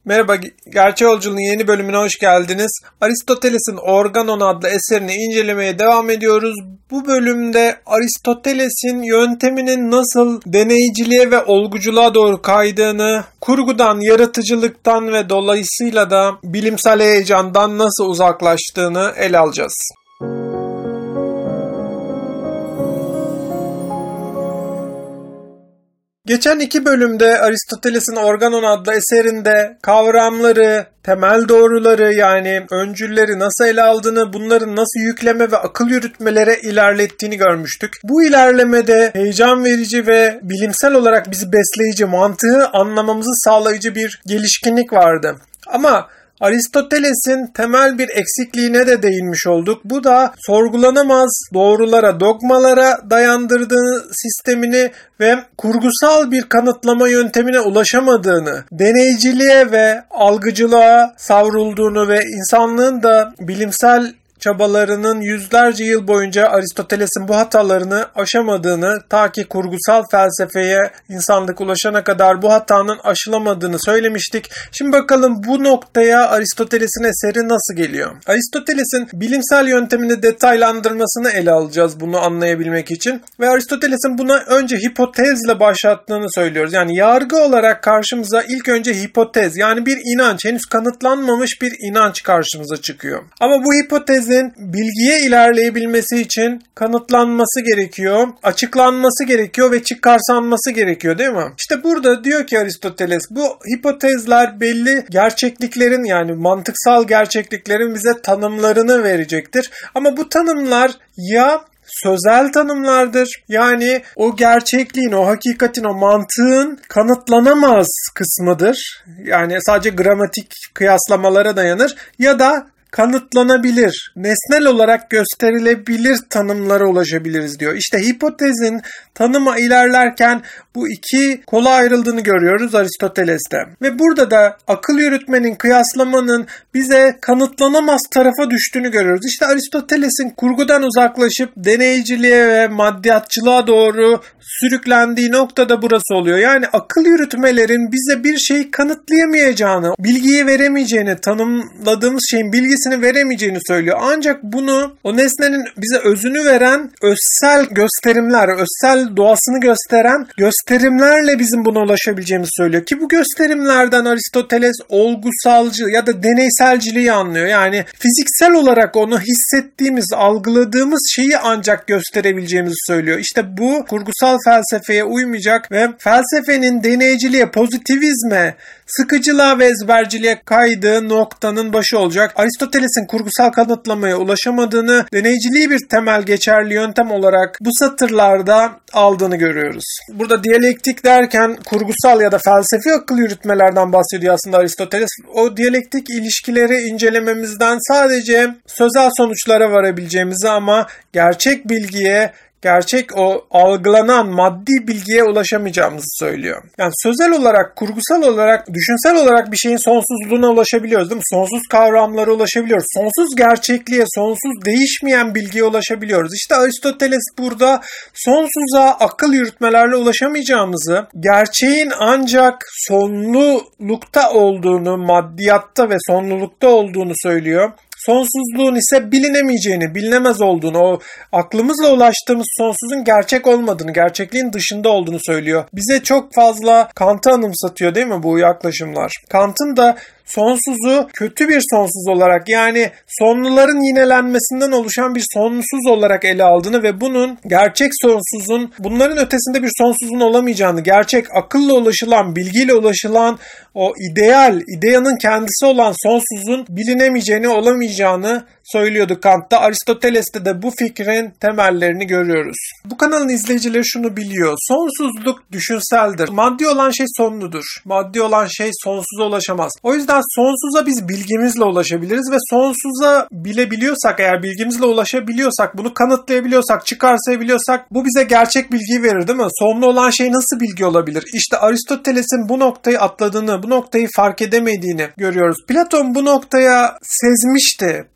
Merhaba, Gerçek Yolculuğun yeni bölümüne hoş geldiniz. Aristoteles'in Organon adlı eserini incelemeye devam ediyoruz. Bu bölümde Aristoteles'in yönteminin nasıl deneyiciliğe ve olguculuğa doğru kaydığını, kurgudan, yaratıcılıktan ve dolayısıyla da bilimsel heyecandan nasıl uzaklaştığını ele alacağız. Geçen iki bölümde Aristoteles'in Organon adlı eserinde kavramları, temel doğruları yani öncülleri nasıl ele aldığını, bunların nasıl yükleme ve akıl yürütmelere ilerlettiğini görmüştük. Bu ilerlemede heyecan verici ve bilimsel olarak bizi besleyici, mantığı anlamamızı sağlayıcı bir gelişkinlik vardı. Ama Aristoteles'in temel bir eksikliğine de değinmiş olduk. Bu da sorgulanamaz doğrulara, dogmalara dayandırdığı sistemini ve kurgusal bir kanıtlama yöntemine ulaşamadığını, deneyiciliğe ve algıcılığa savrulduğunu ve insanlığın da bilimsel çabalarının yüzlerce yıl boyunca Aristoteles'in bu hatalarını aşamadığını, ta ki kurgusal felsefeye insanlık ulaşana kadar bu hatanın aşılamadığını söylemiştik. Şimdi bakalım bu noktaya Aristoteles'in eseri nasıl geliyor? Aristoteles'in bilimsel yöntemini detaylandırmasını ele alacağız bunu anlayabilmek için. Ve Aristoteles'in buna önce hipotezle başlattığını söylüyoruz. Yani yargı olarak karşımıza ilk önce hipotez, yani bir inanç, henüz kanıtlanmamış bir inanç karşımıza çıkıyor. Ama bu hipotezin bilgiye ilerleyebilmesi için kanıtlanması gerekiyor, açıklanması gerekiyor ve çıkarsanması gerekiyor, değil mi? İşte burada diyor ki Aristoteles, bu hipotezler belli gerçekliklerin, yani mantıksal gerçekliklerin bize tanımlarını verecektir. Ama bu tanımlar ya sözel tanımlardır. Yani o gerçekliğin, o hakikatin, o mantığın kanıtlanamaz kısmıdır. Yani sadece gramatik kıyaslamalara dayanır. Ya da kanıtlanabilir, nesnel olarak gösterilebilir tanımlara ulaşabiliriz diyor. İşte hipotezin tanıma ilerlerken bu iki kola ayrıldığını görüyoruz Aristoteles'te. Ve burada da akıl yürütmenin, kıyaslamanın bize kanıtlanamaz tarafa düştüğünü görüyoruz. İşte Aristoteles'in kurgudan uzaklaşıp deneyiciliğe ve maddiyatçılığa doğru sürüklendiği noktada burası oluyor. Yani akıl yürütmelerin bize bir şeyi kanıtlayamayacağını, bilgiyi veremeyeceğini, tanımladığımız şeyin bilgisini veremeyeceğini söylüyor. Ancak bunu o nesnenin bize özünü veren özsel gösterimler, özsel doğasını gösteren gösterimlerle bizim buna ulaşabileceğimizi söylüyor. Ki bu gösterimlerden Aristoteles olgusalcı ya da deneyselciliği anlıyor. Yani fiziksel olarak onu hissettiğimiz, algıladığımız şeyi ancak gösterebileceğimizi söylüyor. İşte bu kurgusal felsefeye uymayacak ve felsefenin deneyciliğe, pozitivizme, sıkıcılığa ve ezberciliğe kaydığı noktanın başı olacak. Aristoteles'in kurgusal kanıtlamaya ulaşamadığını, deneyciliği bir temel geçerli yöntem olarak bu satırlarda aldığını görüyoruz. Burada diyalektik derken kurgusal ya da felsefi akıl yürütmelerden bahsediyor aslında Aristoteles. O diyalektik ilişkileri incelememizden sadece sözel sonuçlara varabileceğimizi ama gerçek bilgiye, gerçek o algılanan maddi bilgiye ulaşamayacağımızı söylüyor. Yani sözel olarak, kurgusal olarak, düşünsel olarak bir şeyin sonsuzluğuna ulaşabiliyoruz, değil mi? Sonsuz kavramlara ulaşabiliyoruz. Sonsuz gerçekliğe, sonsuz değişmeyen bilgiye ulaşabiliyoruz. İşte Aristoteles burada sonsuza akıl yürütmelerle ulaşamayacağımızı, gerçeğin ancak sonlulukta olduğunu, maddiyatta ve sonlulukta olduğunu söylüyor. Sonsuzluğun ise bilinemeyeceğini, bilinemez olduğunu, o aklımızla ulaştığımız sonsuzun gerçek olmadığını, gerçekliğin dışında olduğunu söylüyor. Bize çok fazla Kant'ı anımsatıyor, değil mi bu yaklaşımlar? Kant'ın da sonsuzu kötü bir sonsuz olarak, yani sonluların yinelenmesinden oluşan bir sonsuz olarak ele aldığını ve bunun gerçek sonsuzun, bunların ötesinde bir sonsuzun olamayacağını, gerçek akılla ulaşılan, bilgiyle ulaşılan o ideyanın kendisi olan sonsuzun bilinemeyeceğini, olamayacağını söylüyordu Kant'ta. Aristoteles'te de bu fikrin temellerini görüyoruz. Bu kanalın izleyicileri şunu biliyor. Sonsuzluk düşünseldir. Maddi olan şey sonludur. Maddi olan şey sonsuza ulaşamaz. O yüzden sonsuza biz bilgimizle ulaşabiliriz ve sonsuza bilebiliyorsak, eğer bilgimizle ulaşabiliyorsak, bunu kanıtlayabiliyorsak, çıkarsayabiliyorsak bu bize gerçek bilgiyi verir, değil mi? Sonlu olan şey nasıl bilgi olabilir? İşte Aristoteles'in bu noktayı atladığını, bu noktayı fark edemediğini görüyoruz. Platon bu noktaya sezmişti.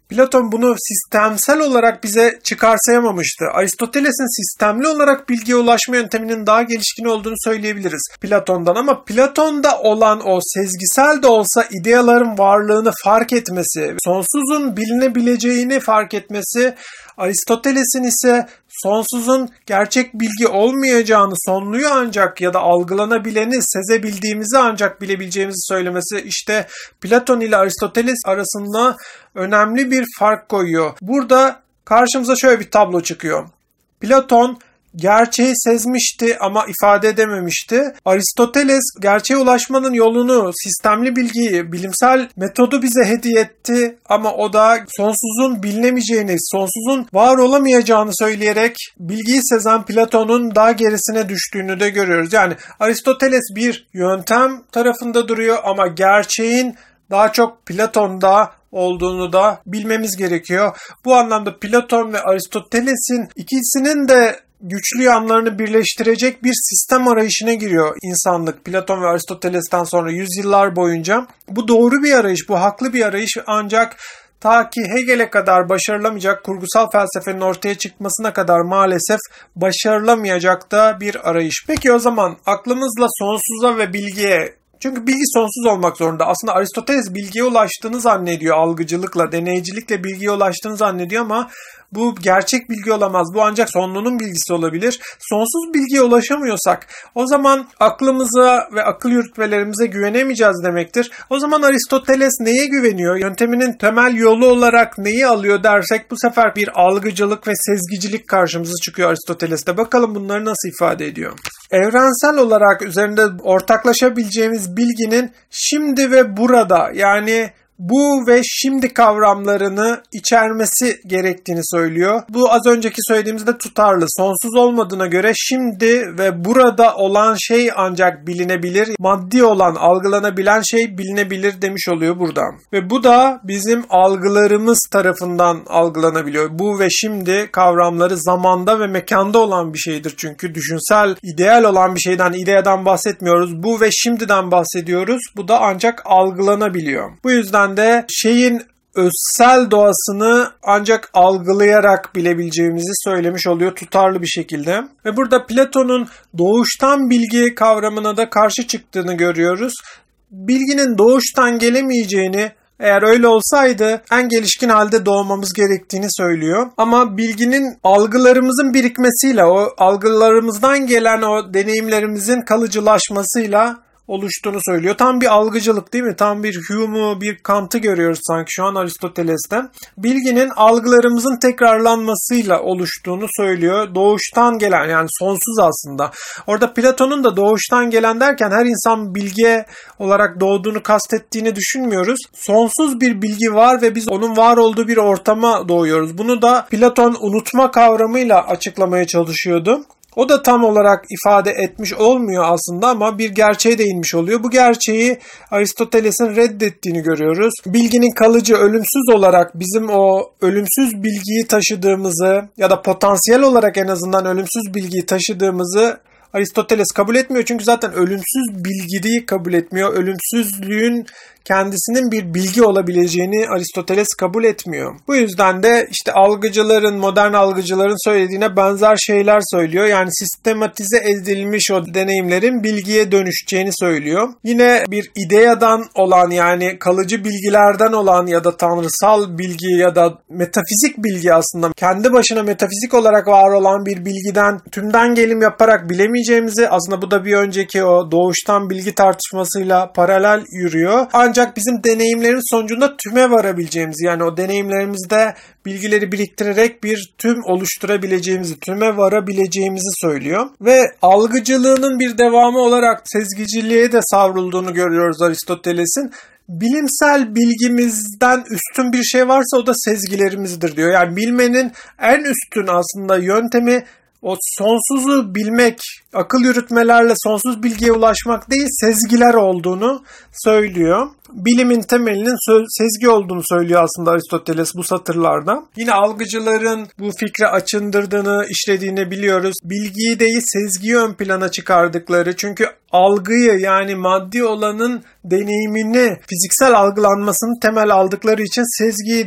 Platon bunu sistemsel olarak bize çıkarsayamamıştı. Aristoteles'in sistemli olarak bilgiye ulaşma yönteminin daha gelişkin olduğunu söyleyebiliriz Platon'dan, ama Platon'da olan o sezgisel de olsa ideaların varlığını fark etmesi, sonsuzun bilinebileceğini fark etmesi, Aristoteles'in ise sonsuzun gerçek bilgi olmayacağını, sonluyu ancak ya da algılanabileni, sezebildiğimizi ancak bilebileceğimizi söylemesi, işte Platon ile Aristoteles arasında önemli bir fark koyuyor. Burada karşımıza şöyle bir tablo çıkıyor. Platon gerçeği sezmişti ama ifade edememişti. Aristoteles gerçeğe ulaşmanın yolunu, sistemli bilgiyi, bilimsel metodu bize hediye etti ama o da sonsuzun bilinemeyeceğini, sonsuzun var olamayacağını söyleyerek bilgiyi sezen Platon'un daha gerisine düştüğünü de görüyoruz. Yani Aristoteles bir yöntem tarafında duruyor ama gerçeğin daha çok Platon'da olduğunu da bilmemiz gerekiyor. Bu anlamda Platon ve Aristoteles'in ikisinin de güçlü yanlarını birleştirecek bir sistem arayışına giriyor insanlık. Platon ve Aristoteles'ten sonra yüzyıllar boyunca. Bu doğru bir arayış, bu haklı bir arayış, ancak ta ki Hegel'e kadar başarılamayacak, kurgusal felsefenin ortaya çıkmasına kadar maalesef başarılamayacak da bir arayış. Peki o zaman aklımızla sonsuza ve bilgiye, çünkü bilgi sonsuz olmak zorunda. Aslında Aristoteles bilgiye ulaştığını zannediyor algıcılıkla, deneycilikle bilgiye ulaştığını zannediyor ama bu gerçek bilgi olamaz. Bu ancak sonlunun bilgisi olabilir. Sonsuz bilgiye ulaşamıyorsak o zaman aklımıza ve akıl yürütmelerimize güvenemeyeceğiz demektir. O zaman Aristoteles neye güveniyor? Yönteminin temel yolu olarak neyi alıyor dersek bu sefer bir algıcılık ve sezgicilik karşımıza çıkıyor Aristoteles'te. Bakalım bunları nasıl ifade ediyor? Evrensel olarak üzerinde ortaklaşabileceğimiz bilginin şimdi ve burada, yani bu ve şimdi kavramlarını içermesi gerektiğini söylüyor. Bu az önceki söylediğimizde tutarlı. Sonsuz olmadığına göre şimdi ve burada olan şey ancak bilinebilir. Maddi olan, algılanabilen şey bilinebilir demiş oluyor burada. Ve bu da bizim algılarımız tarafından algılanabiliyor. Bu ve şimdi kavramları zamanda ve mekanda olan bir şeydir. Çünkü düşünsel, ideal olan bir şeyden, ideadan bahsetmiyoruz. Bu ve şimdiden bahsediyoruz. Bu da ancak algılanabiliyor. Bu yüzden de şeyin özsel doğasını ancak algılayarak bilebileceğimizi söylemiş oluyor tutarlı bir şekilde. Ve burada Platon'un doğuştan bilgi kavramına da karşı çıktığını görüyoruz. Bilginin doğuştan gelemeyeceğini, eğer öyle olsaydı en gelişkin halde doğmamız gerektiğini söylüyor. Ama bilginin algılarımızın birikmesiyle, o algılarımızdan gelen o deneyimlerimizin kalıcılaşmasıyla oluştuğunu söylüyor. Tam bir algıcılık değil mi? Tam bir Hume'u, bir Kant'ı görüyoruz sanki şu an Aristoteles'ten. Bilginin algılarımızın tekrarlanmasıyla oluştuğunu söylüyor. Doğuştan gelen, yani sonsuz aslında. Orada Platon'un da doğuştan gelen derken her insan bilgi olarak doğduğunu kastettiğini düşünmüyoruz. Sonsuz bir bilgi var ve biz onun var olduğu bir ortama doğuyoruz. Bunu da Platon unutma kavramıyla açıklamaya çalışıyordu. O da tam olarak ifade etmiş olmuyor aslında ama bir gerçeğe değinmiş oluyor. Bu gerçeği Aristoteles'in reddettiğini görüyoruz. Bilginin kalıcı, ölümsüz olarak bizim o ölümsüz bilgiyi taşıdığımızı ya da potansiyel olarak en azından ölümsüz bilgiyi taşıdığımızı Aristoteles kabul etmiyor. Çünkü zaten ölümsüz bilgiyi kabul etmiyor. Ölümsüzlüğün kendisinin bir bilgi olabileceğini Aristoteles kabul etmiyor. Bu yüzden de işte algıcıların, modern algıcıların söylediğine benzer şeyler söylüyor. Yani sistematize edilmiş o deneyimlerin bilgiye dönüşeceğini söylüyor. Yine bir ideadan olan, yani kalıcı bilgilerden olan ya da tanrısal bilgi ya da metafizik bilgi, aslında kendi başına metafizik olarak var olan bir bilgiden tümden gelim yaparak bilemeyeceğimizi, aslında bu da bir önceki o doğuştan bilgi tartışmasıyla paralel yürüyor. Ancak bizim deneyimlerin sonucunda tüme varabileceğimizi, yani o deneyimlerimizde bilgileri biriktirerek bir tüm oluşturabileceğimizi, tüme varabileceğimizi söylüyor. Ve algıcılığının bir devamı olarak sezgiciliğe de savrulduğunu görüyoruz Aristoteles'in. Bilimsel bilgimizden üstün bir şey varsa o da sezgilerimizdir diyor. Yani bilmenin en üstün aslında yöntemi o sonsuzu bilmek, akıl yürütmelerle sonsuz bilgiye ulaşmak değil, sezgiler olduğunu söylüyor. Bilimin temelinin sezgi olduğunu söylüyor aslında Aristoteles bu satırlarda. Yine algıcıların bu fikri açındırdığını, işlediğini biliyoruz. Bilgiyi değil, sezgiyi ön plana çıkardıkları. Çünkü algıyı, yani maddi olanın deneyimini, fiziksel algılanmasını temel aldıkları için sezgiyi de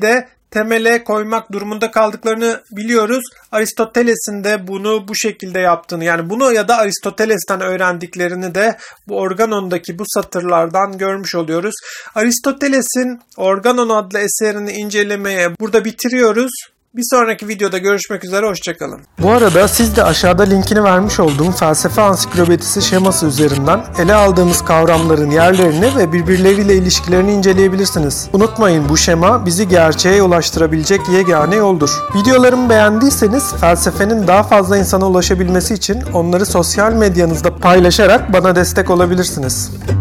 temele koymak durumunda kaldıklarını biliyoruz. Aristoteles'in de bunu bu şekilde yaptığını, yani bunu ya da Aristoteles'ten öğrendiklerini de bu Organon'daki bu satırlardan görmüş oluyoruz. Aristoteles'in Organon adlı eserini incelemeye burada bitiriyoruz. Bir sonraki videoda görüşmek üzere, hoşçakalın. Bu arada siz de aşağıda linkini vermiş olduğum felsefe ansiklopedisi şeması üzerinden ele aldığımız kavramların yerlerini ve birbirleriyle ilişkilerini inceleyebilirsiniz. Unutmayın, bu şema bizi gerçeğe ulaştırabilecek yegane yoldur. Videolarımı beğendiyseniz felsefenin daha fazla insana ulaşabilmesi için onları sosyal medyanızda paylaşarak bana destek olabilirsiniz.